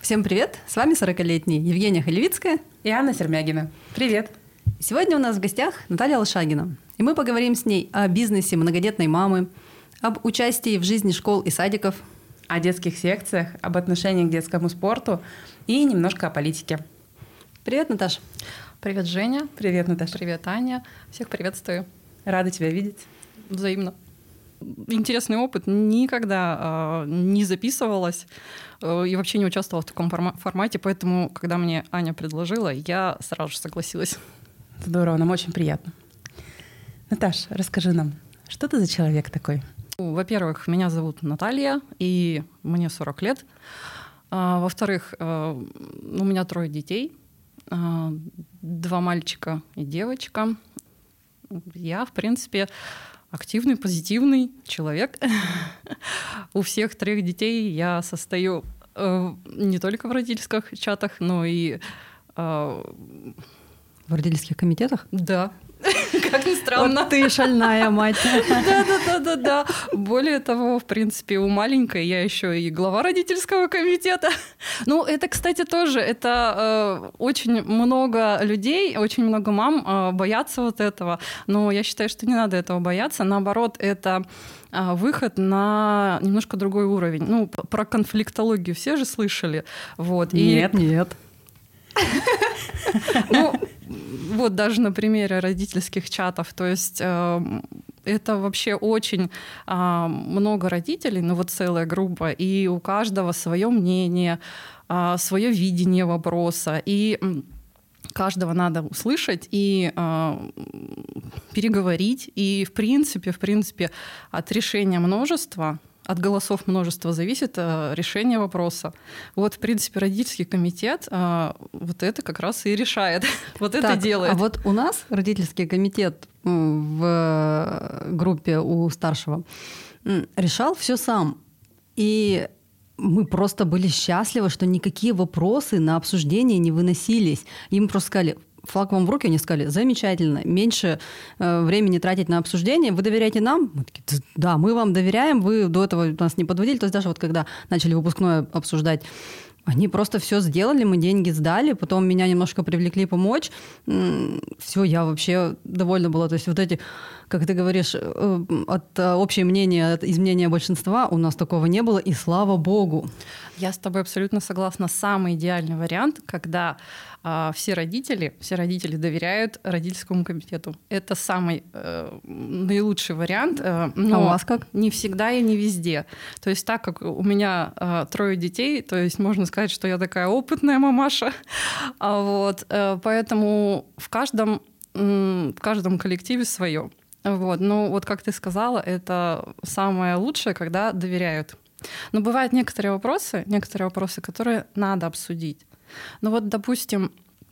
Всем привет! С вами 40-летняя Евгения Халевицкая и Анна Сермягина. Привет! Сегодня у нас в гостях Наталья Лошагина. И мы поговорим с ней о бизнесе многодетной мамы, об участии в жизни школ и садиков, о детских секциях, об отношении к детскому спорту и немножко о политике. Привет, Наташа. Привет, Женя. Привет, Наташа. Привет, Аня. Всех приветствую. Рада тебя видеть. Взаимно. Интересный опыт. Никогда не записывалась и вообще не участвовала в таком формате, поэтому, когда мне Аня предложила, я сразу же согласилась. Здорово, нам очень приятно. Наташ, расскажи нам, что ты за человек такой? Во-первых, меня зовут Наталья, и мне 40 лет. Во-вторых, у меня 3 детей, 2 мальчика и девочка. Я, в принципе, активный, позитивный человек. У всех 3 детей я состою не только в родительских чатах, но и... В родительских комитетах? Да. Как ни странно. Вот ты шальная мать. Да. Более того, в принципе, у маленькой я еще и глава родительского комитета. Ну, это, кстати, тоже, это очень много людей, очень много мам боятся вот этого. Но я считаю, что не надо этого бояться. Наоборот, это выход на немножко другой уровень. Ну, про конфликтологию все же слышали. Вот. Нет. Ну, вот даже на примере родительских чатов. То есть это вообще очень много родителей, ну вот целая группа, и у каждого свое мнение, свое видение вопроса. И каждого надо услышать и переговорить. И в принципе, от решения множества, от голосов множества зависит решение вопроса. Вот, в принципе, родительский комитет вот это как раз и решает. Вот так, это делает. А вот у нас родительский комитет в группе у старшего решал все сам. И мы просто были счастливы, что никакие вопросы на обсуждение не выносились. Им просто сказали: флаг вам в руки, они сказали: замечательно, меньше времени тратить на обсуждение, вы доверяете нам? Мы такие: да, мы вам доверяем, вы до этого нас не подводили. То есть даже вот когда начали выпускное обсуждать, они просто все сделали, мы деньги сдали, потом меня немножко привлекли помочь. Все, я вообще довольна была. То есть вот эти, как ты говоришь, от общего мнения, от изменения большинства у нас такого не было, и слава богу. Я с тобой абсолютно согласна. Самый идеальный вариант, когда все родители доверяют родительскому комитету. Это самый наилучший вариант. Но а у вас как? Не всегда и не везде. То есть так как у меня 3 детей, то есть можно сказать, что я такая опытная мамаша. Вот. Поэтому в каждом коллективе свое. Вот. Но вот как ты сказала, это самое лучшее, когда доверяют. Но бывают некоторые вопросы, которые надо обсудить. Ну вот, допустим,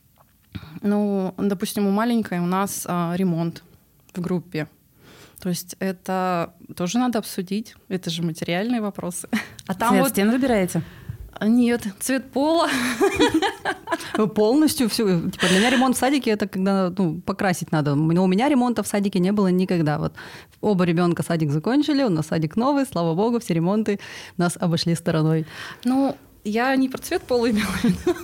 у маленькой у нас ремонт в группе. То есть это тоже надо обсудить. Это же материальные вопросы. А там цвет стен выбираете? Нет, цвет пола. Полностью все. Типа для меня ремонт в садике — это когда покрасить надо. Но у меня ремонта в садике не было никогда. Вот оба ребенка садик закончили, у нас садик новый, слава богу, все ремонты нас обошли стороной. Ну, я не про цвет пола имела в виду.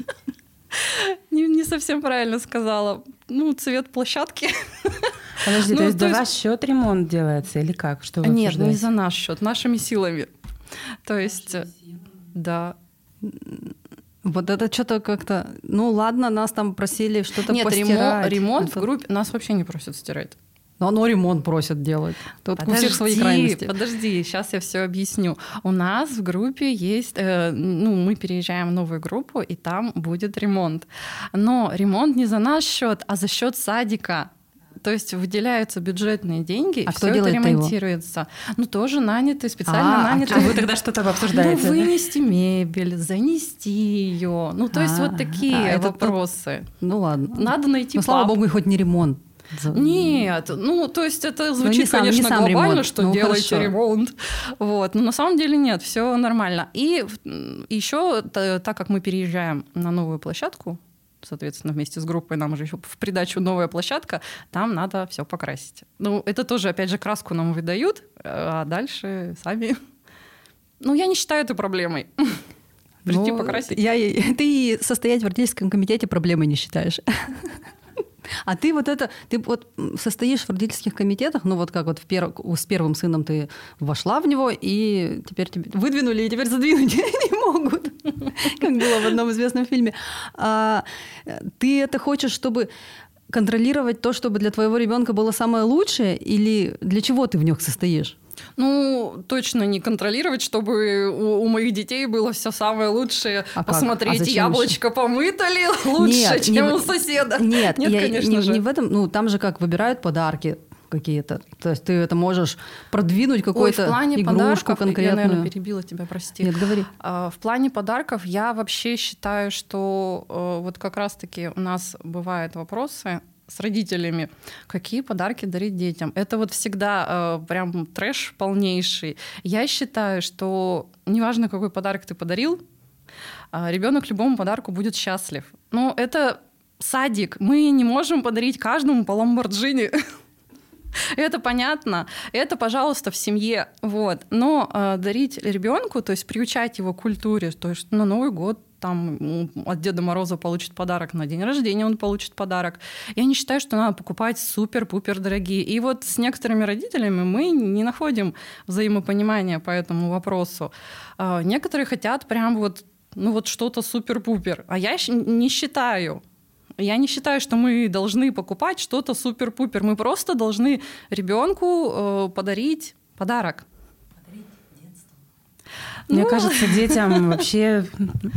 Не совсем правильно сказала. Ну, цвет площадки. Подожди, то есть за ваш счет ремонт делается или как? Что вы Нет, не за наш счет, нашими силами. То есть, да. Вот это что-то как-то... Ну ладно, нас там просили что-то постирать. Нет, ремонт в группе нас вообще не просят стирать. Но ремонт просят делать. Тут у всех свои крайности. Подожди, сейчас я все объясню. У нас в группе есть... мы переезжаем в новую группу, и там будет ремонт. Но ремонт не за наш счет, а за счет садика. То есть выделяются бюджетные деньги, и все это ремонтируется. Ну, тоже нанятые, специально нанятые. А вы тогда что-то обсуждаете? Вынести мебель, занести ее. Ну, то есть вот такие вопросы. Ну, ладно. Надо найти папу. Слава богу, хоть не ремонт. Нет, то есть это звучит, конечно, глобально, ремонт. Что делаете ремонт. Вот. Но на самом деле нет, все нормально. И еще, так как мы переезжаем на новую площадку, соответственно, вместе с группой нам уже еще в придачу новая площадка, там надо все покрасить. Ну, это тоже, опять же, краску нам выдают, а дальше сами... Ну, я не считаю это проблемой. Прийти покрасить. Ты состоять в родительском комитете проблемой не считаешь. А ты вот состоишь в родительских комитетах, ну вот как вот с первым сыном ты вошла в него, и теперь тебя выдвинули, и теперь задвинуть не могут, как было в одном известном фильме. Ты это хочешь, чтобы контролировать то, чтобы для твоего ребенка было самое лучшее, или для чего ты в них состоишь? Ну, точно не контролировать, чтобы у моих детей было все самое лучшее. Посмотреть, яблочко помыто ли лучше, чем у соседа. Нет, конечно же. Не в этом. Ну, там же как выбирают подарки какие-то. То есть ты это можешь продвинуть какую-то игрушку конкретную. Я, наверное, перебила тебя, прости. Нет, говори. В плане подарков я вообще считаю, что вот как раз-таки у нас бывают вопросы с родителями, какие подарки дарить детям. Это вот всегда прям трэш полнейший. Я считаю, что неважно, какой подарок ты подарил, ребенок любому подарку будет счастлив. Но это садик. Мы не можем подарить каждому по Ламборджини. Это понятно. Это, пожалуйста, в семье. Вот. Но дарить ребенку, то есть приучать его к культуре, то есть на Новый год там от Деда Мороза получит подарок, на день рождения он получит подарок. Я не считаю, что надо покупать супер-пупер дорогие. И вот с некоторыми родителями мы не находим взаимопонимания по этому вопросу. Некоторые хотят прям вот, ну вот что-то супер-пупер. А я не считаю. Я не считаю, что мы должны покупать что-то супер-пупер. Мы просто должны ребенку подарить подарок. Мне кажется, детям вообще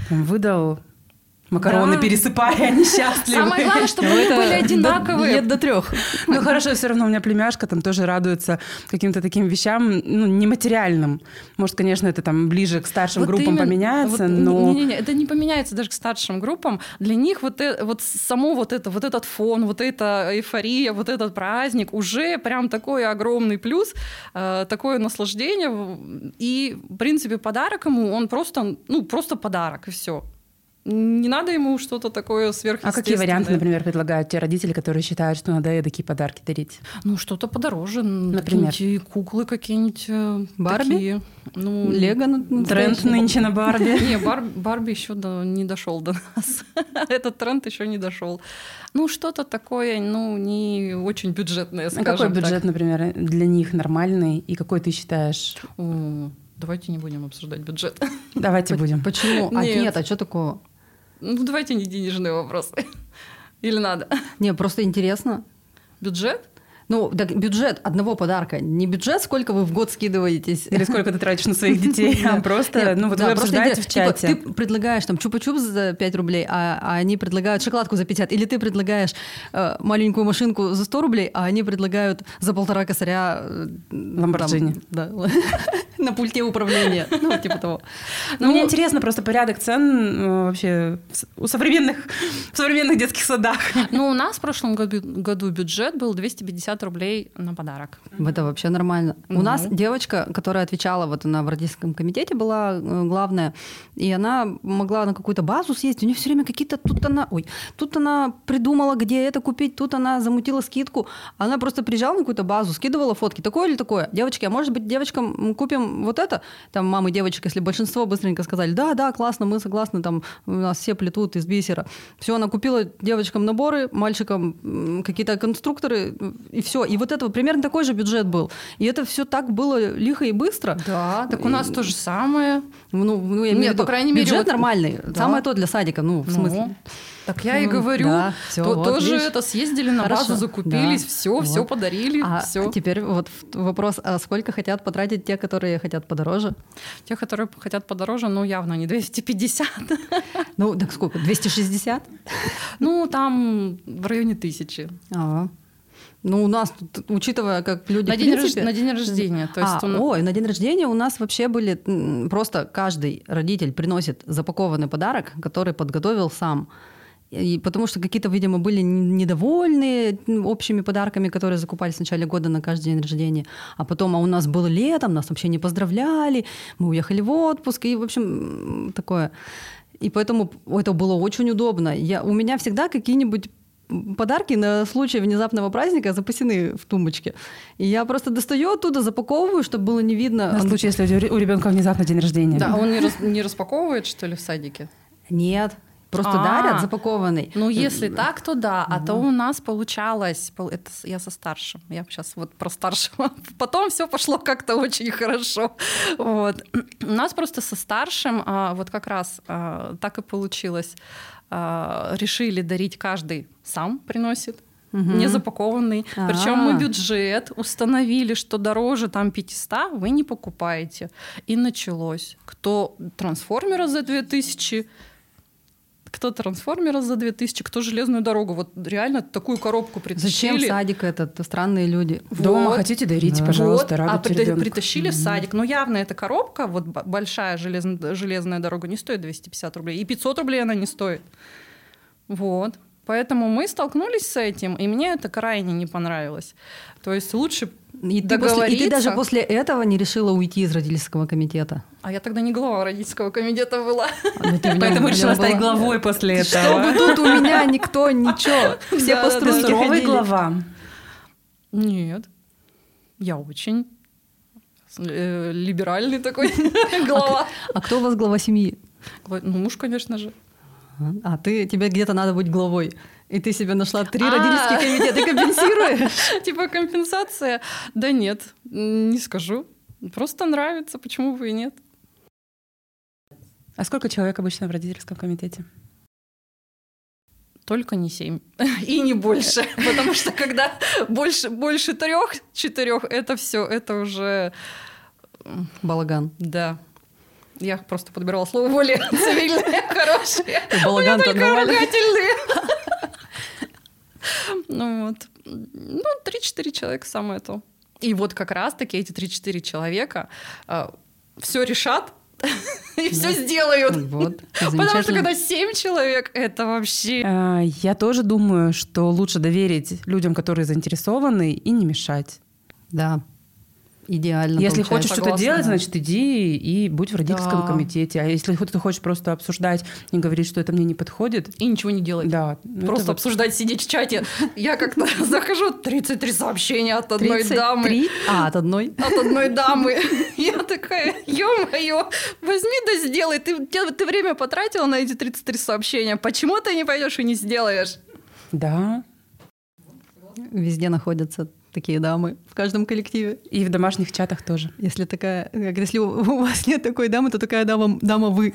выдал макароны, пересыпая, они счастливы. Самое главное, чтобы они были одинаковые. Лет до 3. Ну хорошо, все равно у меня племяшка там тоже радуется каким-то таким вещам, ну, нематериальным. Может, конечно, это там ближе к старшим группам поменяется, но... Не, это не поменяется даже к старшим группам. Для них вот само вот этот фон, вот эта эйфория, вот этот праздник уже прям такой огромный плюс, такое наслаждение. И, в принципе, подарок ему, он просто подарок, и все. Не надо ему что-то такое сверхъестественное. А какие варианты, например, предлагают те родители, которые считают, что надо такие подарки дарить? Ну, что-то подороже. Например? Куклы какие-нибудь. Барби? Такие. Ну, Лего? Тренд нынче на Барби. Не, Барби еще не дошел до нас. Этот тренд еще не дошел. Ну, что-то такое, не очень бюджетное, скажем так. А какой бюджет, например, для них нормальный? И какой ты считаешь? Давайте не будем обсуждать бюджет. Давайте будем. Почему? Нет, а что такого? Ну, давайте не денежные вопросы. Или надо? Не, просто интересно. Бюджет? Ну, так бюджет одного подарка. Не бюджет, сколько вы в год скидываетесь. Или сколько ты тратишь на своих детей, а просто, вы обсуждаете в чате. Ты предлагаешь там чупа-чупс за 5 рублей, а они предлагают шоколадку за 50. Или ты предлагаешь маленькую машинку за 100 рублей, а они предлагают за 1,5 косаря... Ламборджини. Да, на пульте управления. Ну, типа того. Мне интересно просто порядок цен вообще в современных детских садах. Ну, у нас в прошлом году бюджет был 250 рублей на подарок. Это вообще нормально. У нас девочка, которая отвечала, вот она в родительском комитете была главная, и она могла на какую-то базу съездить, у нее все время какие-то... Тут она придумала, где это купить, тут она замутила скидку. Она просто приезжала на какую-то базу, скидывала фотки. Такое или такое? Девочки, а может быть, девочкам купим вот это? Там мамы девочек, если большинство быстренько сказали, да, классно, мы согласны, там у нас все плетут из бисера. Все, она купила девочкам наборы, мальчикам какие-то конструкторы, и все. И вот это примерно такой же бюджет был. И это все так было лихо и быстро. Да, так у нас то же самое. Я имею в виду, по крайней мере, бюджет вот... нормальный. Да. Самое то для садика, в смысле. Так я и говорю, да, всё, тоже видишь? это съездили на Хорошо, базу, закупились, да, все подарили, все. Теперь вот вопрос, а сколько хотят потратить те, которые хотят подороже? Те, которые хотят подороже, явно не 250. Ну, так сколько? 260? Ну, там в районе 1000. Ага. Ну, у нас, учитывая, как люди... На день рождения. То есть на день рождения у нас вообще были... Просто каждый родитель приносит запакованный подарок, который подготовил сам. И потому что какие-то, видимо, были недовольны общими подарками, которые закупались в начале года на каждый день рождения. А потом, у нас было летом, нас вообще не поздравляли, мы уехали в отпуск, и, в общем, такое. И поэтому это было очень удобно. У меня всегда какие-нибудь подарки на случай внезапного праздника запасены в тумбочке. И я просто достаю оттуда, запаковываю, чтобы было не видно. На случай, если у ребенка внезапно день рождения. Да, он не распаковывает, что ли, в садике? Нет. Просто дарят запакованный. Ну, если так, то да. А то у нас получалось... Это я со старшим. Я сейчас вот про старшего. Потом все пошло как-то очень хорошо. Вот. У нас просто со старшим вот как раз так и получилось. Решили дарить, каждый сам приносит. Не запакованный. Причем мы бюджет установили, что дороже там 500 вы не покупаете. И началось. Кто трансформера за 2000... Кто трансформера за 2000, кто железную дорогу. Вот реально такую коробку притащили. Зачем садик этот? Странные люди. Дома хотите, дарите, пожалуйста, радуйте ребенка. Притащили в садик. Но явно эта коробка, вот большая железная дорога, не стоит 250 рублей. И 500 рублей она не стоит. Вот. Поэтому мы столкнулись с этим, и мне это крайне не понравилось. То есть лучше договориться. И ты даже после этого не решила уйти из родительского комитета? А я тогда не глава родительского комитета была. Поэтому решила стать главой после этого. Чтобы тут у меня никто ничего. Все по струнке суровый глава. Нет. Я очень либеральный такой глава. А кто у вас глава семьи? Ну, муж, конечно же. А тебе где-то надо быть главой. И ты себе нашла 3 родительских комитета. Ты компенсируешь? Типа компенсация? Да нет, не скажу. Просто нравится, почему бы и нет. А сколько человек обычно в родительском комитете? Только не 7. И не больше. Потому что когда больше 3-4, это все, это уже... Балаган. Да. Я просто подбирала слово более цивильное, хорошее. Балаган только ругательные. Ну вот. 3-4 человека самое то. И вот как раз-таки эти 3-4 человека все решат и все сделают. Вот. Потому что когда 7 человек, это вообще... Я тоже думаю, что лучше доверить людям, которые заинтересованы, и не мешать. Да. Идеально. Если хочешь что-то делать, значит, иди и будь в родительском комитете. А если ты хочешь просто обсуждать и говорить, что это мне не подходит... И ничего не делать. Да. Просто обсуждать, сидеть в чате. Я как-то захожу, 33 сообщения от одной 33? дамы. От одной? От одной дамы. Я такая, ё-моё, возьми да сделай. Ты время потратила на эти 33 сообщения. Почему ты не пойдешь и не сделаешь? Да. Везде находятся такие дамы в каждом коллективе. И в домашних чатах тоже. Если у вас нет такой дамы, то такая дама вы.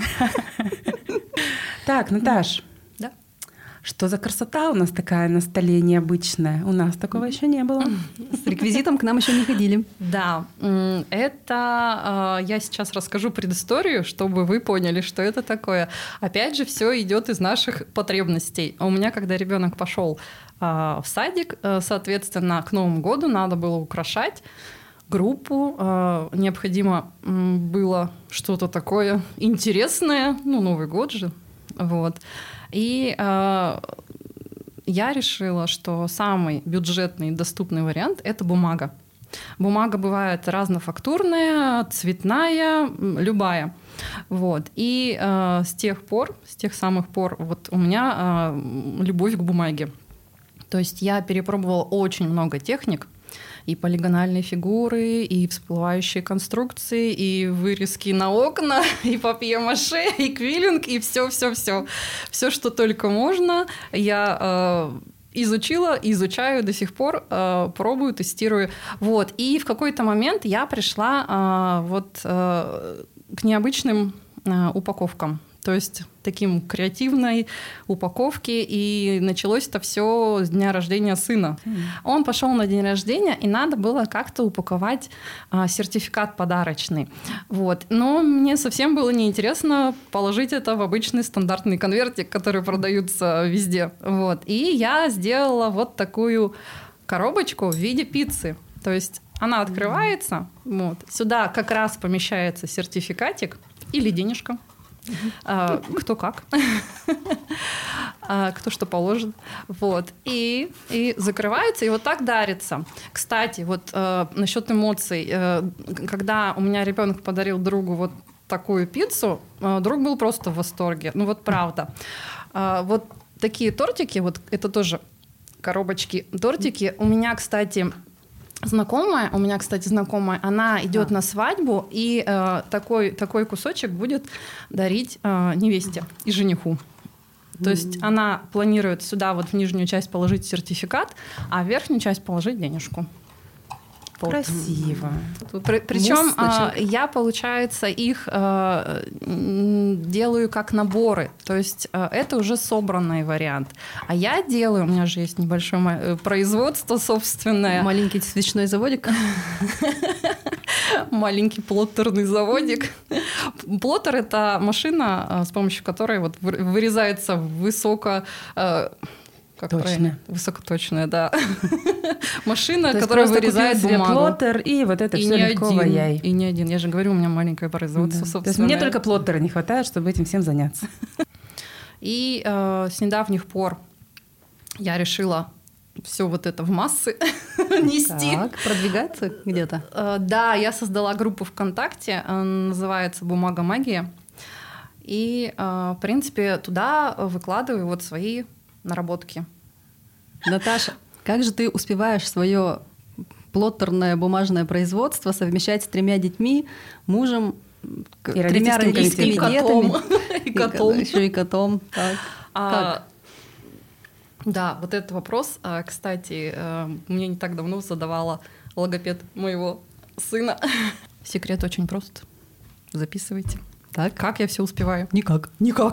Так, Наташ. Да. Что за красота у нас такая на столе необычная? У нас такого еще не было. С реквизитом к нам еще не ходили. Да, это я сейчас расскажу предысторию, чтобы вы поняли, что это такое. Опять же, все идет из наших потребностей. У меня, когда ребенок пошел в садик, соответственно, к Новому году надо было украшать группу. Необходимо было что-то такое интересное. Новый год же. Вот. И я решила, что самый бюджетный и доступный вариант — это бумага. Бумага бывает разнофактурная, цветная, любая. Вот. И с тех самых пор вот у меня любовь к бумаге. То есть я перепробовала очень много техник, и полигональные фигуры, и всплывающие конструкции, и вырезки на окна, и папье-маше, и квиллинг, и все. Все, что только можно, я изучила, изучаю до сих пор, пробую, тестирую. Вот. И в какой-то момент я пришла к необычным упаковкам. То есть таким креативной упаковки. И началось это все с дня рождения сына. Он пошел на день рождения, и надо было как-то упаковать сертификат подарочный. Вот. Но мне совсем было неинтересно положить это в обычный стандартный конвертик, который продаются везде. Вот. И я сделала вот такую коробочку в виде пиццы. То есть она открывается, вот. Сюда как раз помещается сертификатик или денежка. Кто как, кто что положит. Вот. И закрывается, и вот так дарится. Кстати, вот насчет эмоций. Когда у меня ребенок подарил другу вот такую пиццу, друг был просто в восторге. Ну вот правда. Вот такие тортики, вот это тоже коробочки, тортики. У меня, кстати, знакомая, она идет на свадьбу, и такой кусочек будет дарить невесте и жениху. То есть она планирует сюда вот в нижнюю часть положить сертификат, а в верхнюю часть положить денежку. Красиво. Причем я, получается, их делаю как наборы. То есть это уже собранный вариант. А я делаю, у меня же есть небольшое производство собственное. Маленький свечной заводик. Маленький плоттерный заводик. Плоттер — это машина, с помощью которой вот вырезается высокоточная, да. Машина, которая вырезает бумагу. Плоттер, и вот это все легко ваяй. И не один. Я же говорю, у меня маленькое производство собственное. То есть мне только плоттера не хватает, чтобы этим всем заняться. И с недавних пор я решила все вот это в массы нести. Так, продвигаться где-то? Да, я создала группу ВКонтакте, называется «Бумага магия». И, в принципе, туда выкладываю вот свои наработки. Наташа, как же ты успеваешь свое плоттерное бумажное производство совмещать с 3 детьми, мужем, и 3 родительскими детьми? И котом. Еще и котом. Так. Как? Да, вот этот вопрос, кстати, мне не так давно задавала логопед моего сына. Секрет очень прост. Записывайте. Так. Как я все успеваю? Никак.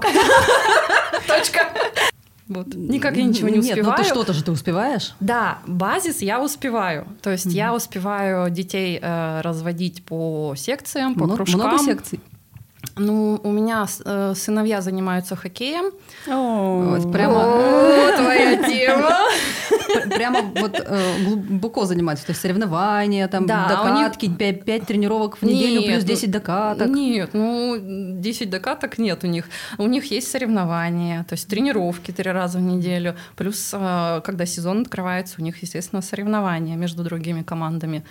Точка. Вот. Никак я ничего не успеваю. Нет, ну ты что-то же ты успеваешь? Да, базис я успеваю. То есть я успеваю детей разводить по секциям, по кружкам. Много секций? Ну, у меня сыновья занимаются хоккеем. Вот, прямо твоя тема. Прямо вот глубоко занимаются. То есть соревнования, там, докатки, 5 тренировок в неделю, плюс 10 докаток. Нет, 10 докаток нет у них. У них есть соревнования, то есть тренировки 3 раза в неделю. Плюс, когда сезон открывается, у них, естественно, соревнования между другими командами.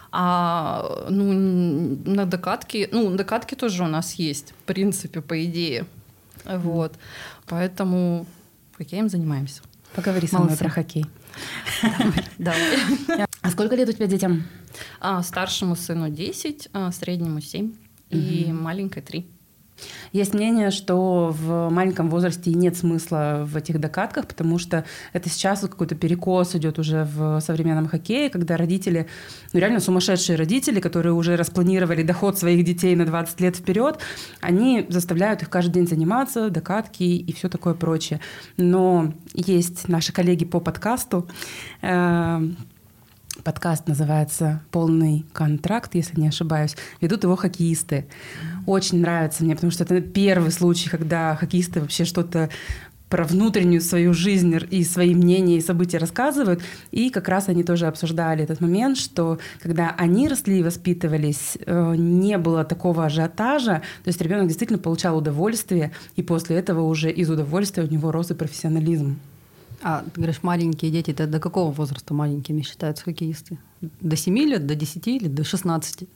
А на докатки, докатки тоже у нас есть, в принципе, по идее. Вот. Поэтому хоккеем занимаемся. Поговори со мной про хоккей. Давай. А сколько лет у тебя детям? Старшему сыну 10, среднему 7 и маленькой 3. Есть мнение, что в маленьком возрасте нет смысла в этих докатках, потому что это сейчас вот какой-то перекос идет уже в современном хоккее, когда родители, реально сумасшедшие родители, которые уже распланировали доход своих детей на 20 лет вперед, они заставляют их каждый день заниматься, докатки и все такое прочее. Но есть наши коллеги по подкасту. Подкаст называется «Полный контракт», если не ошибаюсь. Ведут его хоккеисты. Очень нравится мне, потому что это первый случай, когда хоккеисты вообще что-то про внутреннюю свою жизнь и свои мнения и события рассказывают. И как раз они тоже обсуждали этот момент, что когда они росли и воспитывались, не было такого ажиотажа. То есть ребенок действительно получал удовольствие, и после этого уже из удовольствия у него рос и профессионализм. А ты говоришь, маленькие дети, это до какого возраста маленькими считаются хоккеисты? До 7 лет, до 10 или до 16?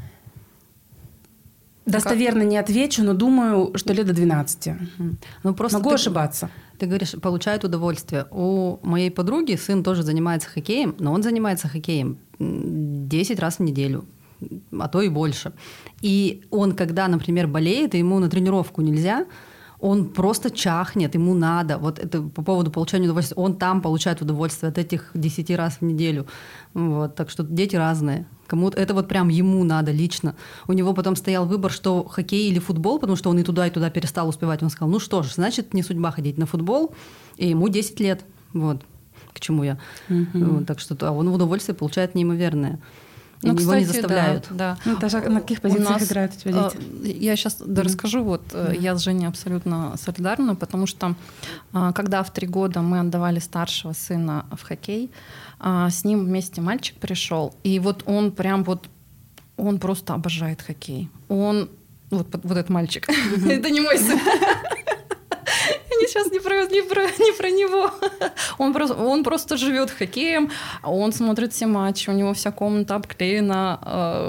Достоверно не отвечу, но думаю, что лет до 12. Могу ошибаться. Ты говоришь, получают удовольствие. У моей подруги сын тоже занимается хоккеем, но он занимается хоккеем 10 раз в неделю, а то и больше. И он, когда, например, болеет, и ему на тренировку нельзя, он просто чахнет, ему надо. Вот это по поводу получения удовольствия. Он там получает удовольствие от этих 10 раз в неделю. Вот. Так что дети разные. Кому-то это вот прям ему надо лично. У него потом стоял выбор, что хоккей или футбол, потому что он и туда перестал успевать. Он сказал, ну что ж, значит, не судьба ходить на футбол, и ему 10 лет. Вот к чему я. Вот, так что он удовольствие получает неимоверное. И его не заставляют. Да. Даже на каких позициях играют у тебя дети? Я сейчас расскажу. Я с Женей абсолютно солидарна, потому что когда в 3 года мы отдавали старшего сына в хоккей, с ним вместе мальчик пришел, и вот он прям он просто обожает хоккей. Он вот этот мальчик. Это не мой сын. Я сейчас не про него. Он просто живет хоккеем, он смотрит все матчи, у него вся комната обклеена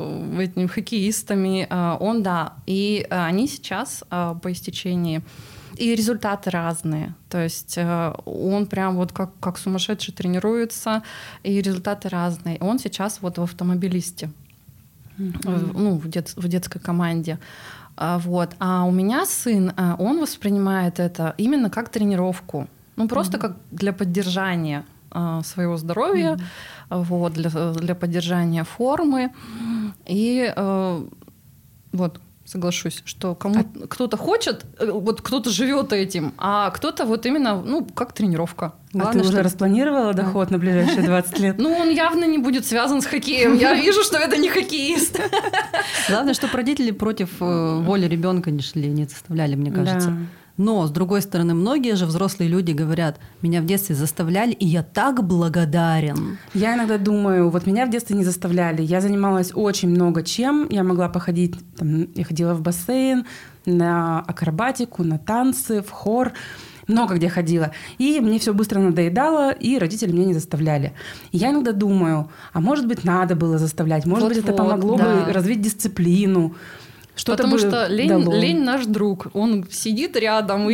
хоккеистами. И они сейчас по истечении И результаты разные. То есть он прям вот как сумасшедший тренируется, и результаты разные. Он сейчас вот в автомобилисте, ну, в детской команде. Вот. А у меня сын, он воспринимает это именно как тренировку. Ну, просто как для поддержания своего здоровья, вот, для поддержания формы. И вот соглашусь, что кто-то хочет, вот кто-то живет этим, а кто-то вот именно, ну, как тренировка. Главное, ты уже распланировала доход на ближайшие 20 лет? Ну, он явно не будет связан с хоккеем. Я вижу, что это не хоккеист. Главное, что родители против воли ребенка не шли, не заставляли, мне кажется. Да. Но, с другой стороны, многие же взрослые люди говорят, меня в детстве заставляли, и я так благодарен. Я иногда думаю, вот меня в детстве не заставляли. Я занималась очень много чем. Я могла походить, там, я ходила в бассейн, на акробатику, на танцы, в хор. Много где ходила. И мне все быстро надоедало, и родители меня не заставляли. И я иногда думаю, а может быть, надо было заставлять, может быть, это помогло бы развить дисциплину. Что-то потому что лень наш друг. Он сидит рядом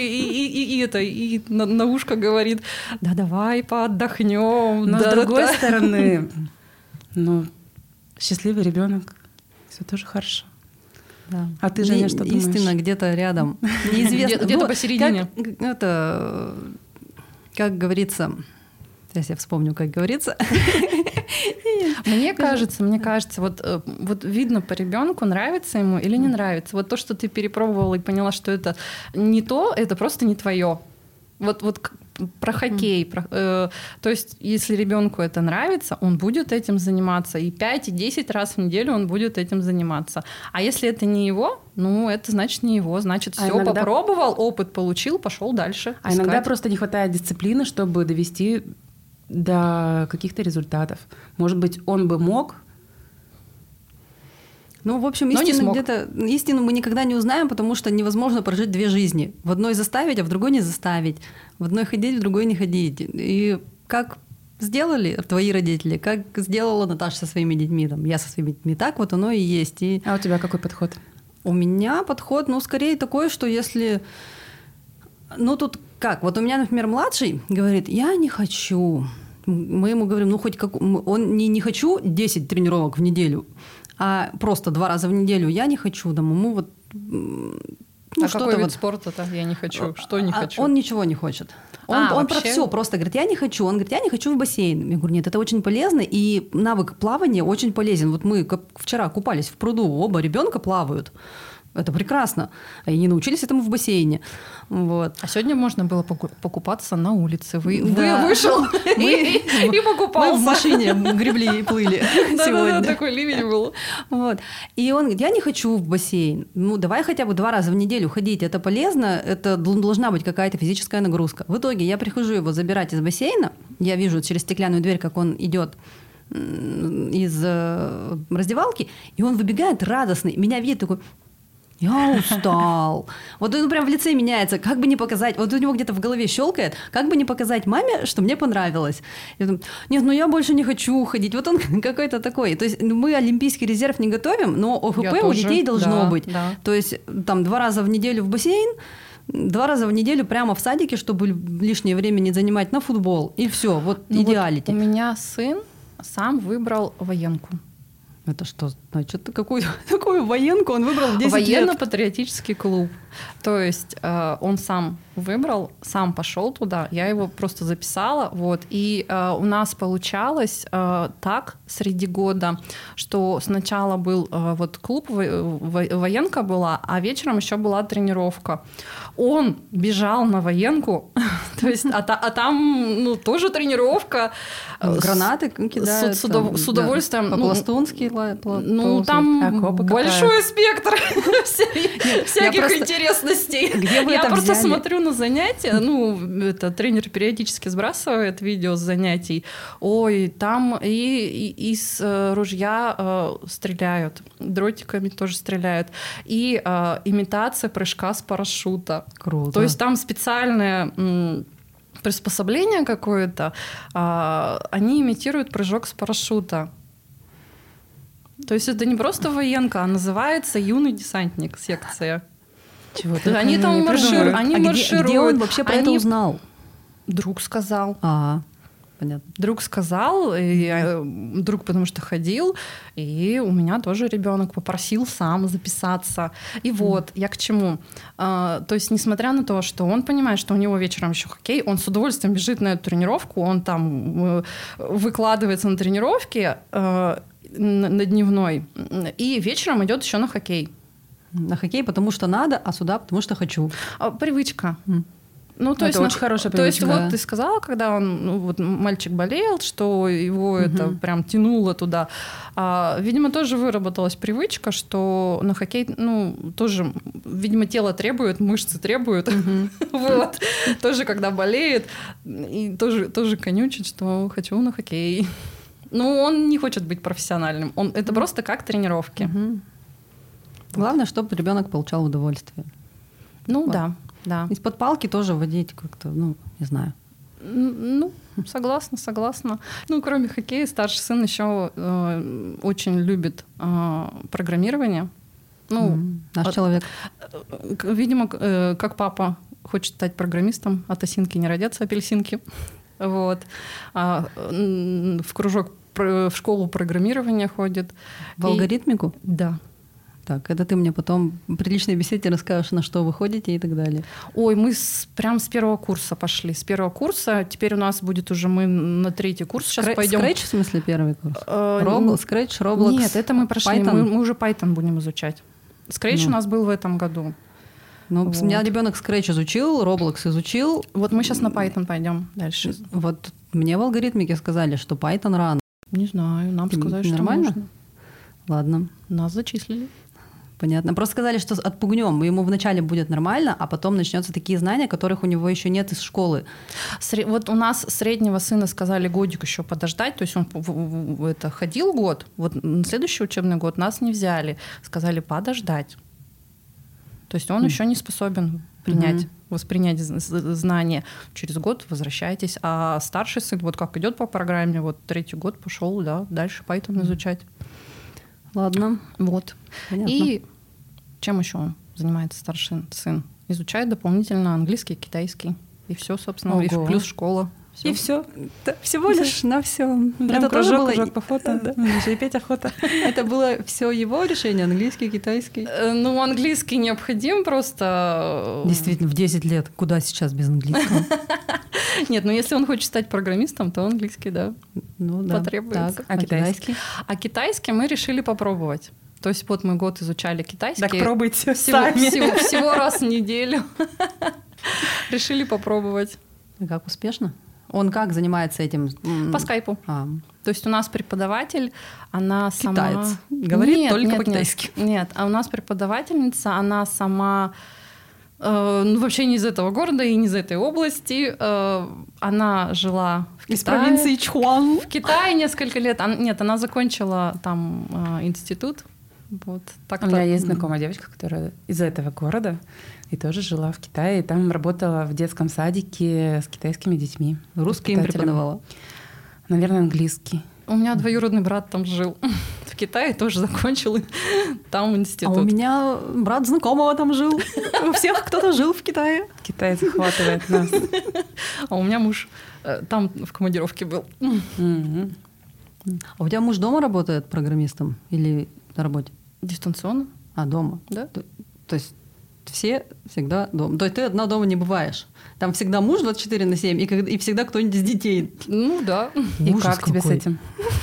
и на ушко говорит: да давай поотдохнем. Но с другой стороны, ну, счастливый ребенок, все тоже хорошо. Да. А ты, Женя, что думаешь? Истина где-то рядом. Неизвестно. Где-то посередине. Как говорится... Сейчас я вспомню, как говорится. Мне кажется, вот видно по ребенку, нравится ему или не нравится. Вот то, что ты перепробовала и поняла, что это не то, это просто не твое. Вот про хоккей. То есть, если ребенку это нравится, он будет этим заниматься. И 5, и 10 раз в неделю он будет этим заниматься. А если это не его, ну, это значит не его. Значит, все иногда... попробовал, опыт получил, пошел дальше. А иногда просто не хватает дисциплины, чтобы довести до каких-то результатов. Может быть, он бы мог. Ну, в общем, истину мы никогда не узнаем, потому что невозможно прожить две жизни. В одной заставить, а в другой не заставить. В одной ходить, в другой не ходить. И как сделали твои родители, как сделала Наташа со своими детьми, там, я со своими детьми, так вот оно и есть. И а у тебя какой подход? У меня подход, ну, скорее такой, что если... Ну, тут как? Вот у меня, например, младший говорит, я не хочу. Мы ему говорим, ну, хоть как... Он не хочу 10 тренировок в неделю, а просто 2 раза в неделю я не хочу. Там ему вот... Ну, а какой вид спорта-то я не хочу? Что не хочу? Он ничего не хочет. Он про все просто говорит, я не хочу. Он говорит, я не хочу в бассейн. Я говорю, нет, это очень полезно, и навык плавания очень полезен. Вот мы вчера купались в пруду, оба ребенка плавают. Это прекрасно. А они научились этому в бассейне. Вот. А сегодня можно было покупаться на улице. Вышел и покупался. Мы в машине гребли и плыли сегодня. Такой ливень был. Вот. И он говорит, я не хочу в бассейн. Ну, давай хотя бы 2 раза в неделю ходить. Это полезно, это должна быть какая-то физическая нагрузка. В итоге я прихожу его забирать из бассейна. Я вижу через стеклянную дверь, как он идет из раздевалки, и он выбегает радостный. Меня видит такой... Я устал. Вот он прям в лице меняется. Как бы не показать, вот у него где-то в голове щелкает, как бы не показать маме, что мне понравилось. Я думаю, нет, ну я больше не хочу ходить. Вот он какой-то такой. То есть мы олимпийский резерв не готовим, но ОФП у детей должно быть. Да. То есть там 2 раза в неделю в бассейн, 2 раза в неделю прямо в садике, чтобы лишнее время не занимать, на футбол. И все, вот идеалити. Вот у меня сын сам выбрал военку. Это что значит? Такую военку он выбрал в 10 лет? Военно-патриотический клуб. То есть он сам выбрал, сам пошел туда, я его просто записала, вот, и у нас получалось так среди года, что сначала был вот клуб, военка была, а вечером еще была тренировка. Он бежал на военку, то есть, а там ну, тоже тренировка. Гранаты кидают. С удовольствием. По-пластунски. Ну, там большой спектр всяких интересностей. Я просто смотрю на занятия, ну, это тренер периодически сбрасывает видео с занятий. Ой, там и из ружья стреляют, дротиками тоже стреляют. И имитация прыжка с парашюта. Круто. То есть там специальное приспособление какое-то, они имитируют прыжок с парашюта. То есть это не просто военка, а называется юный десантник, секция. Чего Они только там не маршируют. придумают. Они Где он вообще про это узнал? Друг сказал. Понятно. Друг сказал, и друг потому что ходил, и у меня тоже ребенок попросил сам записаться. И вот, я к чему. То есть, несмотря на то, что он понимает, что у него вечером еще хоккей, он с удовольствием бежит на эту тренировку, он там выкладывается на тренировке на дневной, и вечером идет еще на хоккей. На хоккей, потому что надо, а сюда, потому что хочу. Привычка. Ну, то это есть, очень хорошая то есть, привычка. вот ты сказала, когда мальчик болел, что его это прям тянуло туда. Видимо, тоже выработалась привычка, что на хоккей, тоже, видимо, тело требует, мышцы требуют. Вот. Тоже, когда болеет, и тоже конючит, что хочу на хоккей. Он не хочет быть профессиональным. Это просто как тренировки. Главное, чтобы ребенок получал удовольствие. Да. Из-под палки тоже водить как-то, не знаю. Согласна. Кроме хоккея, старший сын еще очень любит программирование. Наш человек. Видимо, как папа хочет стать программистом, от осинки не родятся апельсинки. Вот. В кружок, в школу программирования ходит. В алгоритмику? Да. Так, это ты мне потом при личной беседе расскажешь, на что вы ходите и так далее. Ой, мы прям с первого курса пошли. С первого курса. Теперь у нас будет уже мы на 3-й курс. Сейчас пойдем. Scratch, в смысле, первый курс? Scratch, Roblox, Нет, это мы прошли. Python? Мы уже Python будем изучать. Scratch у нас был в этом году. У меня ребенок Scratch изучил, Roblox изучил. Вот мы сейчас на Python пойдем дальше. Вот мне в алгоритмике сказали, что Python рано. Не знаю, нам сказали, что нормально? можно. Ладно. Нас зачислили. Понятно. Просто сказали, что отпугнем. Ему вначале будет нормально, а потом начнется такие знания, которых у него еще нет из школы. Вот у нас среднего сына сказали годик еще подождать. То есть он ходил год. Вот на следующий учебный год нас не взяли. Сказали подождать. То есть он еще не способен воспринять знания. Через год возвращайтесь. А старший сын, вот как идет по программе, вот 3-й год пошел, да, дальше Python изучать. Ладно. Вот. Понятно. И чем еще он занимается, старший сын? Изучает дополнительно английский, китайский. И все, собственно, и плюс школа. И все. Всего лишь на все. Это тоже было кружок по фото. Еще и петь охота. Это было все его решение, английский, китайский. Английский необходим просто. Действительно, в 10 лет. Куда сейчас без английского? Нет, если он хочет стать программистом, то английский, да, потребуется. Так, а китайский? А китайский мы решили попробовать. То есть вот мы год изучали китайский. Так пробуйте сами. Всего раз в неделю. Решили попробовать. И как успешно? Он как занимается этим? По скайпу. То есть у нас преподаватель, она сама... Китаец. Говорит только по-китайски. Нет, а у нас преподавательница, она сама... вообще не из этого города и не из этой области. Она жила в Китае. Из провинции Чхуан. В Китае несколько лет. Нет, она закончила там институт. Вот, у меня есть знакомая девочка, которая из этого города и тоже жила в Китае. И там работала в детском садике с китайскими детьми. Русский им преподавала? Наверное, английский. У меня двоюродный брат там жил. В Китае тоже закончил там институт. А у меня брат знакомого там жил. У всех кто-то жил в Китае. Китай захватывает нас. А у меня муж там в командировке был. А у тебя муж дома работает программистом или на работе? Дистанционно. Дома? Да. То есть все всегда дома. То есть ты одна дома не бываешь. Там всегда муж 24/7 и всегда кто-нибудь из детей. Да. И как тебе с этим?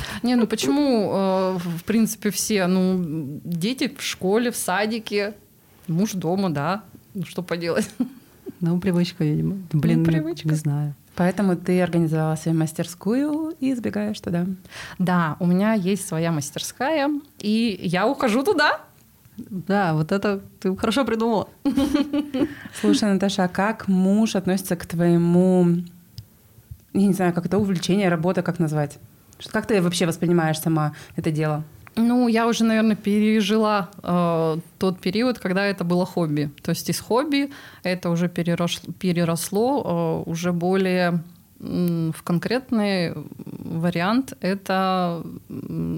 Почему, в принципе, все? Дети в школе, в садике, муж дома, да. Что поделать? Привычка, видимо. Привычка. Не знаю. Поэтому ты организовала свою мастерскую и сбегаешь туда. Да, у меня есть своя мастерская, и я ухожу туда. Да, вот это ты хорошо придумала. Слушай, Наташа, а как муж относится к твоему, я не знаю, как это увлечение, работа, как назвать? Как ты вообще воспринимаешь сама это дело? Я уже, наверное, пережила тот период, когда это было хобби. То есть из хобби это уже переросло уже более в конкретный вариант. Это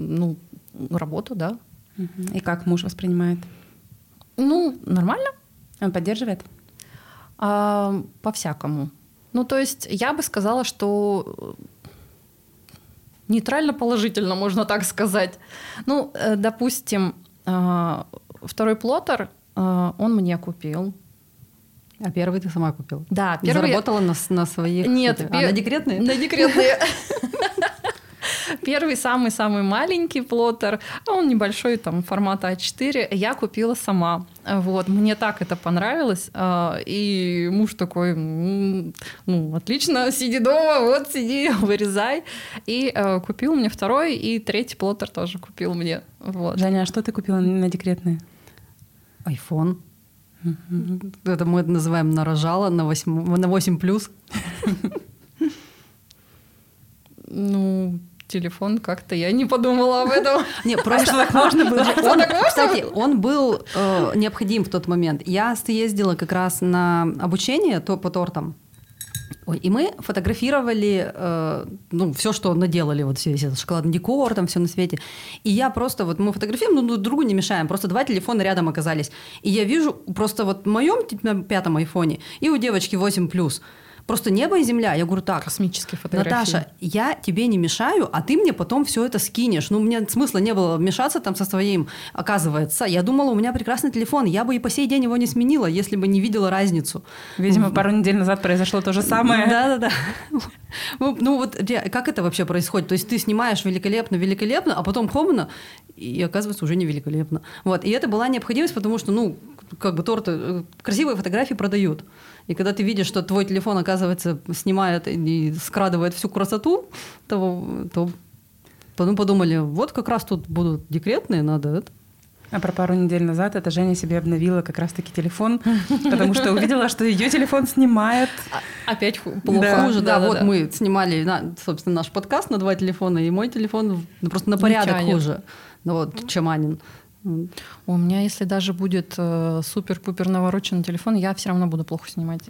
работа, да. И как муж воспринимает? Нормально. Он поддерживает? По-всякому. Ну, то есть я бы сказала, что нейтрально-положительно, можно так сказать. Ну, допустим, второй плоттер он мне купил. А первый ты сама купила? Да, первый... Заработала на своих... Нет. На декретные? На декретные. Первый самый-самый маленький плоттер, он небольшой, там, формата А4, я купила сама. Вот. Мне так это понравилось. И муж такой, ну, отлично, сиди дома, вот, сиди, вырезай. И купил мне второй, и третий плоттер тоже купил мне. Вот. Женя, а что ты купила на декретные? iPhone. Это мы называем нарожало на 8+. Ну, телефон как-то я не подумала об этом. Не, просто так можно было. Кстати, он был необходим в тот момент. Я съездила как раз на обучение по тортам. И мы фотографировали все, что наделали, вот весь этот шоколадный декор, там все на свете. И я просто, вот мы фотографируем, друг другу не мешаем, просто два телефона рядом оказались. И я вижу просто вот в моем 5-м айфоне и у девочки 8+. Просто небо и земля. Я говорю, так, космические фотографии. Наташа, я тебе не мешаю, а ты мне потом все это скинешь. Ну, мне смысла не было вмешаться там со своим, оказывается. Я думала, у меня прекрасный телефон, я бы и по сей день его не сменила, если бы не видела разницу. Видимо, пару недель назад произошло то же самое. Да-да-да. Ну, вот как это вообще происходит? То есть ты снимаешь великолепно, а потом хомно, и оказывается уже не великолепно. Вот. И это была необходимость, потому что, ну, как бы торты, красивые фотографии продают. И когда ты видишь, что твой телефон, оказывается, снимает и скрадывает всю красоту, то ну, подумали, вот как раз тут будут декретные, надо это. А про пару недель назад эта Женя себе обновила как раз-таки телефон, потому что увидела, что ее телефон снимает. Опять плохо. Хуже, да. Вот мы снимали, собственно, наш подкаст на 2 телефона, и мой телефон просто на порядок хуже, чем Анин. У меня, если даже будет супер-пупер навороченный телефон, я все равно буду плохо снимать.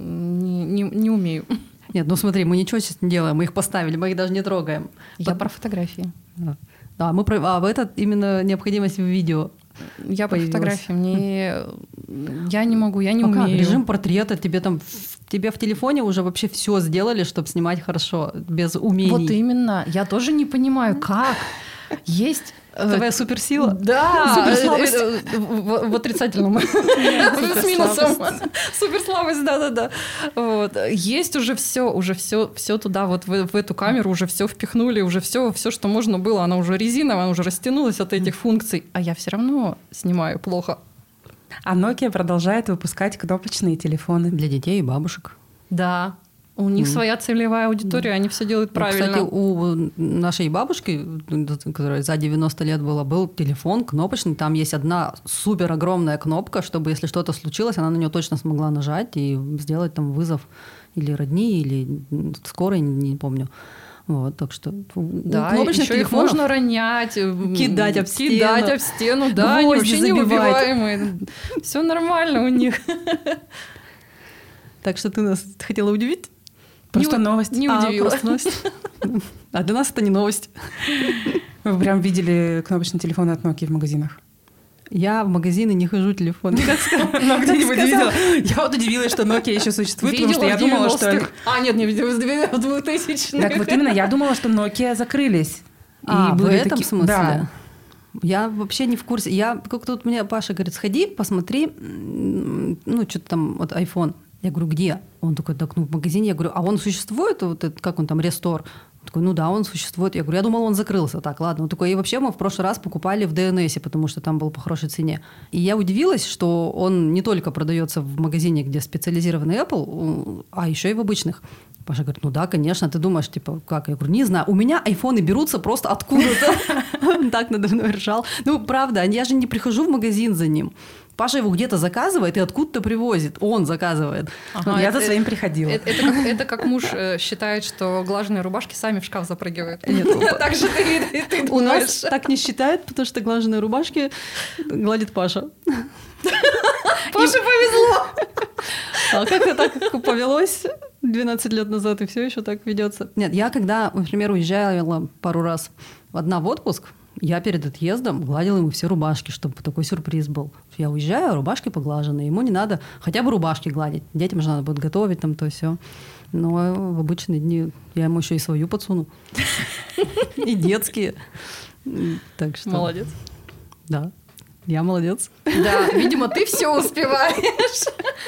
Не умею. Нет, ну смотри, мы ничего сейчас не делаем, мы их поставили, мы их даже не трогаем. Я про фотографии. Да, это именно необходимость в видео. Я по фотографии, я не могу, я не умею. Как? Режим портрета, тебе в телефоне уже вообще все сделали, чтобы снимать хорошо, без умений. Вот именно, я тоже не понимаю, как. Есть... Твоя суперсила? Да, суперслабость. В отрицательном. С минусом. Суперслабость, да. Вот. Есть уже все туда, вот в эту камеру уже все впихнули, уже все, что можно было, она уже резиновая, она уже растянулась от этих функций, а я все равно снимаю плохо. А Nokia продолжает выпускать кнопочные телефоны. Для детей и бабушек. Да. У них своя целевая аудитория, они все делают правильно. Кстати, у нашей бабушки, которая за 90 лет была, был телефон кнопочный. Там есть одна супер огромная кнопка, чтобы, если что-то случилось, она на нее точно смогла нажать и сделать там вызов или родни, или скорой, не помню. Вот, так что да, еще их можно ронять, кидать об стену, да, они вообще неубиваемые. Все нормально у них. Так что ты нас хотела удивить? Просто новость. Не удивила. Просто новость. А для нас это не новость. Вы прям видели кнопочные телефоны от Nokia в магазинах? Я в магазины не хожу, телефон. Но где-нибудь видела. Я вот удивилась, что Nokia еще существует, потому что я думала, что... нет, не видела, в 2000-х. Так вот именно, я думала, что Nokia закрылись. В этом смысле? Да. Я вообще не в курсе. Как тут мне Паша говорит, сходи, посмотри, что-то там, вот iPhone. Я говорю, где? Он такой, так, в магазине. Я говорю, а он существует? Вот это, как он там, Рестор? Он такой, да, он существует. Я говорю, я думала, он закрылся. Так, ладно. Он такой, и вообще мы в прошлый раз покупали в ДНС, потому что там был по хорошей цене. И я удивилась, что он не только продается в магазине, где специализированный Apple, а еще и в обычных. Паша говорит, да, конечно. Ты думаешь, типа, как? Я говорю, не знаю. У меня айфоны берутся просто откуда-то. Он так надо мной ржал. Правда, я же не прихожу в магазин за ним. Паша его где-то заказывает и откуда-то привозит. Он заказывает. Я за своим приходила. Это как муж считает, что глаженные рубашки сами в шкаф запрыгивают. Нет, так же ты у нас так не считают, потому что глаженные рубашки гладит Паша. Паше повезло! А как так повелось 12 лет назад и все еще так ведется? Нет, я когда, например, уезжала пару раз одна в отпуск, Я перед отъездом гладила ему все рубашки, чтобы такой сюрприз был. Я уезжаю, рубашки поглажены, ему не надо хотя бы рубашки гладить. Детям же надо будет готовить там то все. Но в обычные дни я ему еще и свою подсуну. И детские. Так что... Молодец. Да, я молодец. Да, видимо, ты все успеваешь.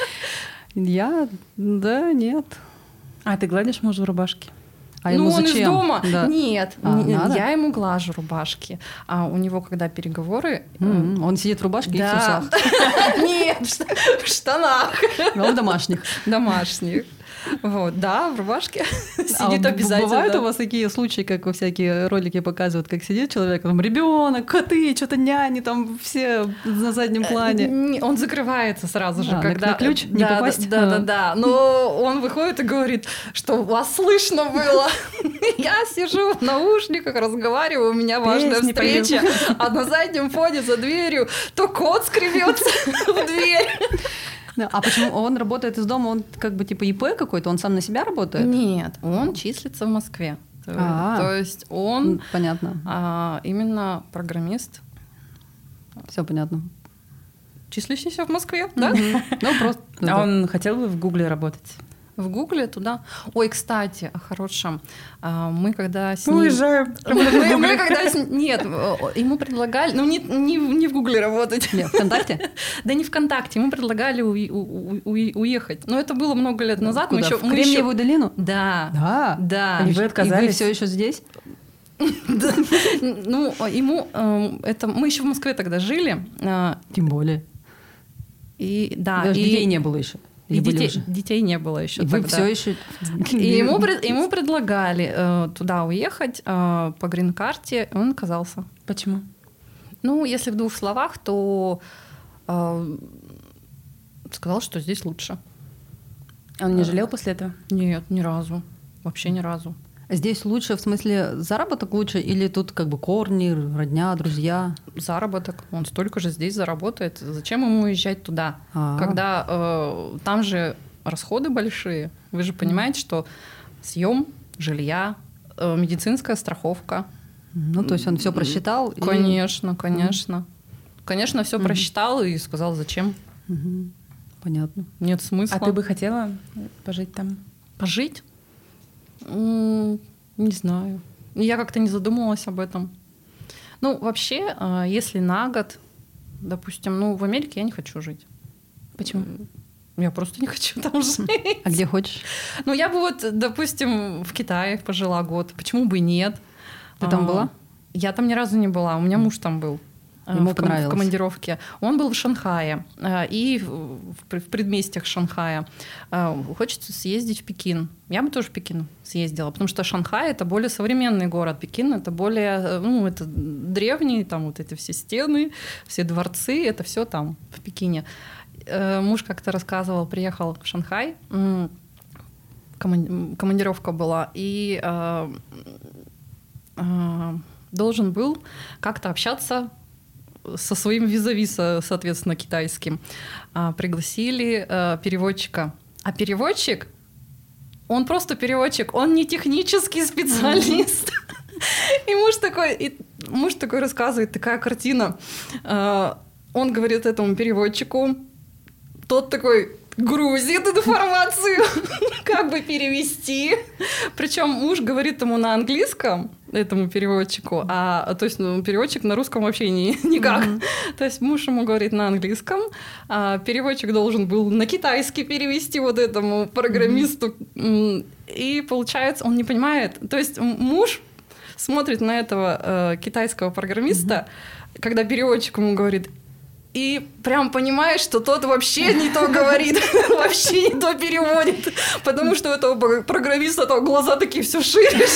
Да, нет. А ты гладишь мужу рубашки? А ему он зачем? из дома? Да. Нет, надо? я ему глажу рубашки. А у него, когда переговоры... Он сидит в рубашке и в Да. трусах. Нет, в штанах. Но в домашних. Домашних. Вот, да, в рубашке А сидит обязательно. Бывают у вас такие случаи, как во всякие ролики показывают, как сидит человек, там ребенок, коты, что-то няни, там все на заднем плане. Он закрывается сразу же, А, когда... на ключ не попасть? Да. Но он выходит и говорит, что вас слышно было. Я сижу в наушниках, разговариваю, у меня важная Песни встреча, а на заднем фоне за дверью то кот скребется в дверь. Да, а почему он работает из дома? Он как бы типа ИП какой-то, он сам на себя работает? Нет, он числится в Москве. То есть он Понятно. именно программист, Все понятно. числящийся в Москве, да? Ну, просто... А он хотел бы в Гугле работать? В Гугле туда. Ой, кстати, о хорошем. Мы когда с ним... Уезжаем. Мы когда с ним... Нет, ему предлагали... Ну, не в Гугле работать. Нет, ВКонтакте? Да не ВКонтакте. Ему предлагали уехать. Но это было много лет назад. Куда? В Кремниевую долину? Да. Да. И вы отказались? И вы все еще здесь? Ну, ему... это Мы еще в Москве тогда жили. Тем более. И да. Даже детей не было еще. И детей не было еще и тогда. вы все еще... И ему предлагали туда уехать по грин-карте, он отказался. Почему? Ну, если в 2 словах, то сказал, что здесь лучше. Он не жалел после этого? Нет, ни разу. Вообще ни разу. Здесь лучше, в смысле, заработок лучше или тут как бы корни, родня, друзья? Заработок. Он столько же здесь заработает. Зачем ему уезжать туда? А-а. Когда там же расходы большие. Вы же понимаете, что съем жилья, медицинская страховка. Ну, то есть он все просчитал? Конечно. Конечно, все просчитал и сказал, зачем. Понятно. Нет смысла. А ты бы хотела пожить там? Пожить? Не знаю. Я как-то не задумывалась об этом. Ну, вообще, если на год, допустим, в Америке я не хочу жить. Почему? Я просто не хочу там жить. А где хочешь? Ну, я бы допустим, в Китае пожила год. Почему бы и нет? Ты там была? Я там ни разу не была. У меня муж там был. Ему понравилось. В командировке. Он был в Шанхае и в предместьях Шанхая. Хочется съездить в Пекин. Я бы тоже в Пекин съездила, потому что Шанхай — это более современный город. Пекин — это более, это древние, там вот эти все стены, все дворцы, это все там, в Пекине. Муж как-то рассказывал, приехал в Шанхай, командировка была, и должен был как-то общаться со своим визави, соответственно, китайским. Пригласили переводчика. А переводчик, он просто переводчик, он не технический специалист. И муж такой рассказывает, такая картина. Он говорит этому переводчику, тот такой грузит информацию, как бы перевести. Причем муж говорит ему на английском, этому переводчику, то есть переводчик на русском вообще никак. То есть муж ему говорит на английском, а переводчик должен был на китайский перевести вот этому программисту. И получается, он не понимает. То есть муж смотрит на этого китайского программиста, когда переводчик ему говорит, и прям понимаешь, что тот вообще не то говорит, вообще не то переводит, потому что у этого программиста там глаза такие все шире.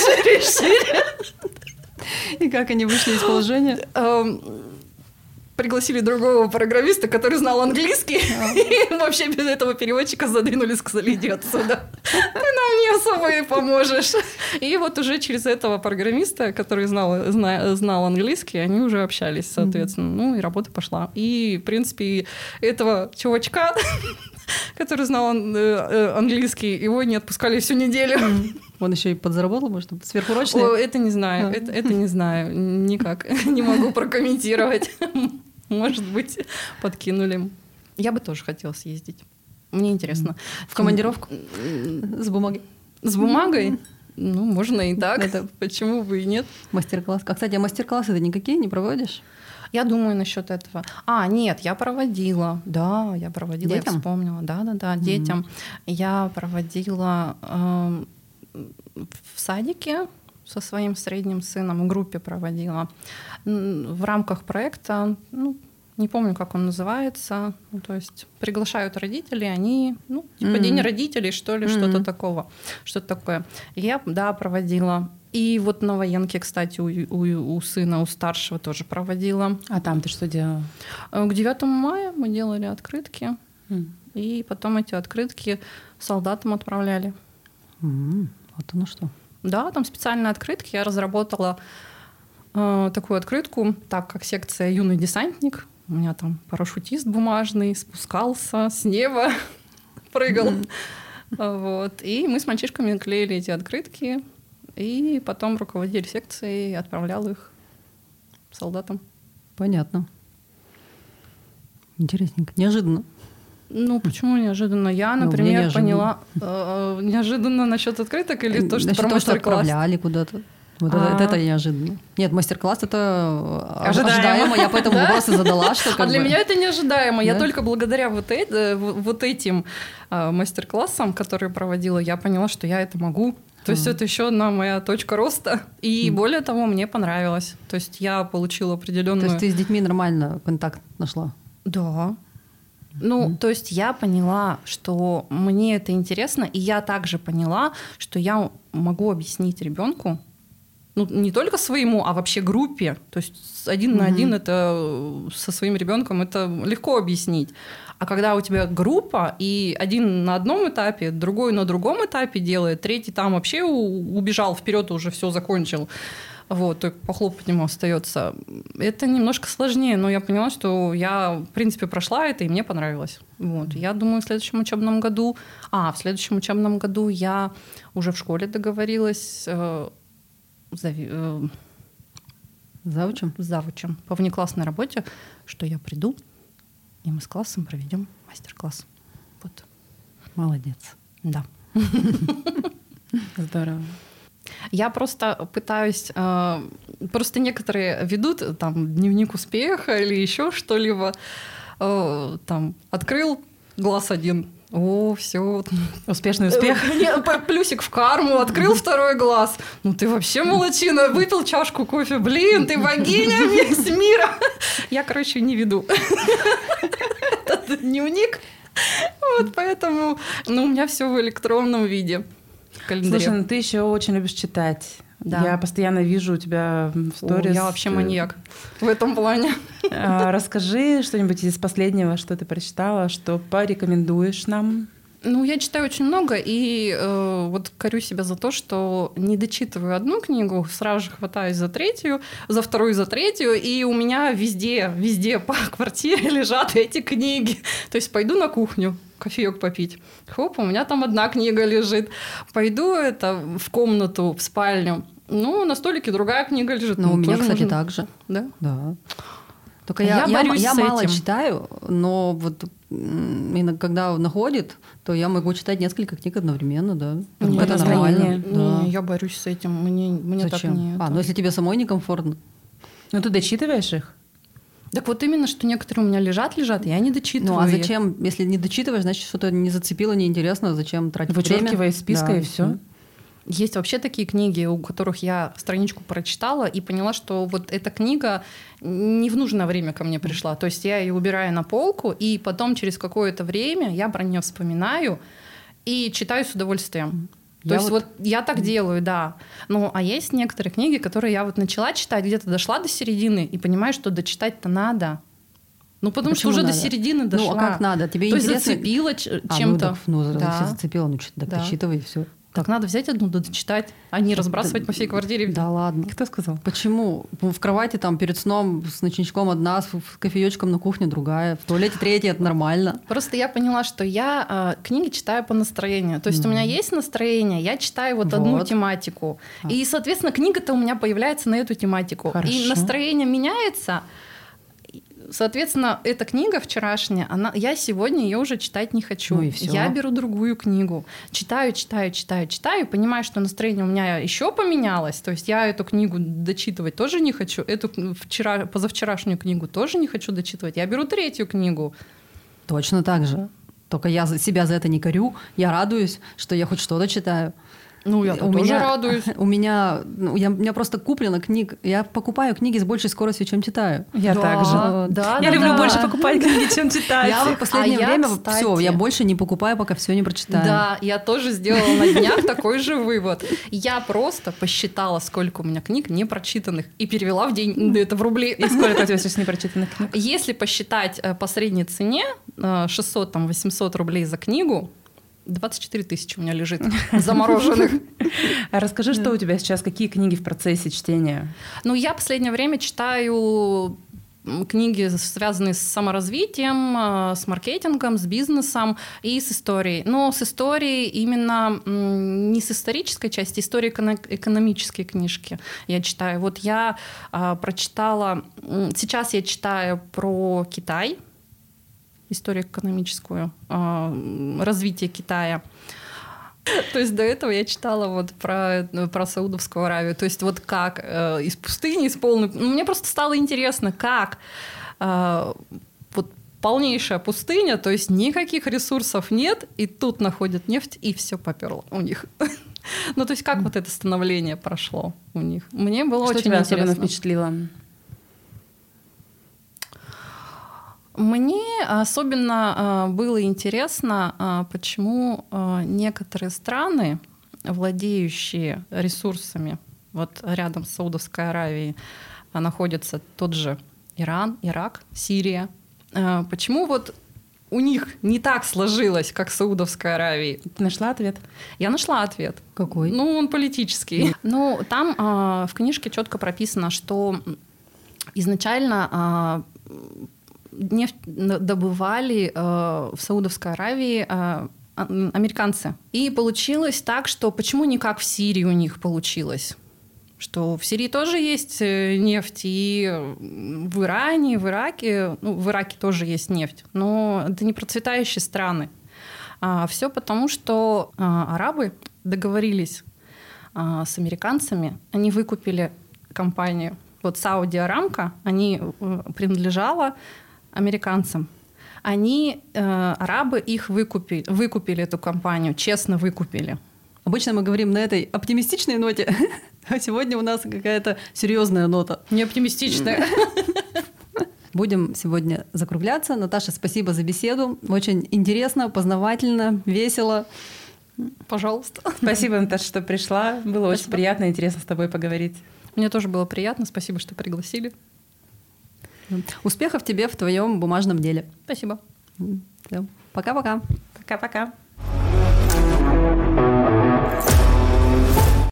И как они вышли из положения? Пригласили другого программиста, который знал английский, и вообще без этого переводчика задвинули, сказали, иди отсюда. Ты нам не особо и поможешь. И вот уже через этого программиста, который знал английский, они уже общались, соответственно. Ну, и работа пошла. И, в принципе, этого чувачка, который знал английский, его не отпускали всю неделю. Он еще и подзаработал, может, сверхурочные? О, это не знаю, это не знаю, никак не могу прокомментировать. Может быть, подкинули. Я бы тоже хотела съездить. Мне интересно. В командировку? С бумагой? С бумагой? Ну, можно и так. Почему бы и нет? Мастер-класс. Кстати, а мастер-классы ты никакие не проводишь? Я думаю насчет этого. Нет, я проводила. Да, я проводила, детям? я вспомнила. Да, детям. Я проводила в садике со своим средним сыном, в группе проводила. В рамках проекта, не помню, как он называется, то есть приглашают родителей, они, День родителей, что ли, что-то такое. Я, проводила. И вот на военке, кстати, у сына, у старшего тоже проводила. А там ты что делала? К 9 мая мы делали открытки, и потом эти открытки солдатам отправляли. Вот оно что. Да, там специальные открытки. Я разработала такую открытку, так как секция «Юный десантник». У меня там парашютист бумажный спускался с неба, прыгал. Вот. И мы с мальчишками клеили эти открытки, и потом руководитель секции отправлял их солдатам. Понятно. Интересненько. Неожиданно. Почему неожиданно? Я, например, поняла неожиданно насчет открыток или то, что про мастер-класс? Отправляли куда-то. Вот это неожиданно. Нет, мастер-класс это ожидаемо. Я поэтому вопросы задала, что для меня это неожидаемо. Я только благодаря вот этим мастер-классам, которые проводила, я поняла, что я это могу. То есть это еще одна моя точка роста. И более того, мне понравилось. То есть я получила определенную... То есть ты с детьми нормально контакт нашла? Да. То есть я поняла, что мне это интересно, и я также поняла, что я могу объяснить ребенку, не только своему, а вообще группе. То есть один на один это со своим ребенком это легко объяснить. А когда у тебя группа, и один на одном этапе, другой на другом этапе делает, третий там вообще убежал вперед и уже все закончил, только похлопать ему остается. Это немножко сложнее, но я поняла, что я, в принципе, прошла это, и мне понравилось. Я думаю, в следующем учебном году я уже в школе договорилась завучем по внеклассной работе, что я приду, и мы с классом проведем мастер-класс. Вот. Молодец. Да. Здорово. Я просто пытаюсь... Просто некоторые ведут там дневник успеха или еще что-либо. Там открыл глаз один. О, все. Успешный успех. Плюсик в карму, открыл второй глаз. Ты вообще молодчина, выпил чашку кофе. Блин, ты богиня весь мира. Я, не веду этот дневник. Поэтому у меня все в электронном виде. Слушай, ты еще очень любишь читать. Да. Я постоянно вижу у тебя в сторис. Я вообще маньяк в этом плане. Расскажи что-нибудь из последнего, что ты прочитала, что порекомендуешь нам. Я читаю очень много, и корю себя за то, что не дочитываю одну книгу, сразу же хватаюсь за третью, за вторую, за третью, и у меня везде по квартире лежат эти книги. То есть пойду на кухню кофеек попить. Хоп, у меня там одна книга лежит. Пойду в комнату, в спальню. На столике другая книга лежит. У меня, кстати, так же. Да? Да. Только я мало читаю, но когда находит, то я могу читать несколько книг одновременно, да. Это нормально. Да. Я борюсь с этим. Мне Зачем? так не... если тебе самой некомфортно. Ты дочитываешь их? Так вот именно, что некоторые у меня лежат, я не дочитываю. А зачем? Если не дочитываешь, значит, что-то не зацепило, неинтересно, зачем тратить время? Вычеркивай из списка, и все. Есть вообще такие книги, у которых я страничку прочитала и поняла, что вот эта книга не в нужное время ко мне пришла. То есть я ее убираю на полку, и потом через какое-то время я про нее вспоминаю и читаю с удовольствием. То есть я так делаю, да. А есть некоторые книги, которые я начала читать, где-то дошла до середины и понимаю, что дочитать-то надо. Потому что уже до середины дошла. А как надо? Тебе то интересно? Есть зацепила чем-то. Если зацепила, что-то дочитывай, и все. Так надо взять одну, да дочитать, а не разбрасывать по всей квартире. Да ладно. Кто сказал? Почему? В кровати там перед сном с ночничком одна, с кофеечком на кухне другая, в туалете третья, это нормально. Просто я поняла, что я книги читаю по настроению. То есть у меня есть настроение, я читаю вот одну тематику. И, соответственно, книга-то у меня появляется на эту тематику. Хорошо. И настроение меняется. Соответственно, эта книга вчерашняя, я сегодня ее уже читать не хочу. Ну и всё. Я беру другую книгу. Читаю, понимаю, что настроение у меня еще поменялось. То есть я эту книгу дочитывать тоже не хочу. Эту позавчерашнюю книгу тоже не хочу дочитывать. Я беру третью книгу. Точно так же. Только я себя за это не корю. Я радуюсь, что я хоть что-то читаю. Ну, я тоже радуюсь. У меня просто куплено книг. Я покупаю книги с большей скоростью, чем читаю. Я также. Да, Я люблю больше покупать книги, чем читать. Я в последнее время кстати, все, я больше не покупаю, пока все не прочитаю. Да, я тоже сделала на днях такой же вывод. Я просто посчитала, сколько у меня книг непрочитанных, и перевела в день это в рубли. И сколько у тебя сейчас непрочитанных книг? Если посчитать по средней цене, 600-800 рублей за книгу, 24 тысячи у меня лежит замороженных. А расскажи, что у тебя сейчас, какие книги в процессе чтения? Ну, я в последнее время читаю книги, связанные с саморазвитием, с маркетингом, с бизнесом и с историей. Но с историей именно не с исторической части, истории экономические книжки я читаю. Вот я прочитала... Сейчас я читаю про Китай, историю экономическую, развитие Китая. То есть до этого я читала вот про Саудовскую Аравию. То есть вот как из пустыни, из полной... Мне просто стало интересно, как вот полнейшая пустыня, то есть никаких ресурсов нет, и тут находят нефть, и все поперло у них. Ну, то есть как вот это становление прошло у них. Мне было очень интересно. Что тебя особенно впечатлило? Мне особенно было интересно, почему некоторые страны, владеющие ресурсами, вот рядом с Саудовской Аравией находится тот же Иран, Ирак, Сирия, почему вот у них не так сложилось, как в Саудовской Аравии? Ты нашла ответ? Я нашла ответ. Какой? Ну, он политический. Ну, там в книжке четко прописано, что изначально нефть добывали в Саудовской Аравии американцы. И получилось так, что почему не как в Сирии у них получилось? Что в Сирии тоже есть нефть, и в Иране, в Ираке, ну, в Ираке тоже есть нефть, но это не процветающие страны. Все потому, что арабы договорились с американцами, они выкупили компанию. Вот Сауди Арамко, они принадлежала американцам. Арабы их выкупили эту компанию, честно выкупили. Обычно мы говорим на этой оптимистичной ноте, а сегодня у нас какая-то серьезная нота. Не оптимистичная. Будем сегодня закругляться. Наташа, спасибо за беседу. Очень интересно, познавательно, весело. Пожалуйста. Спасибо, Наташа, что пришла. Было очень приятно и интересно с тобой поговорить. Мне тоже было приятно. Спасибо, что пригласили. Успехов тебе в твоем бумажном деле. Спасибо. Пока-пока. Пока-пока.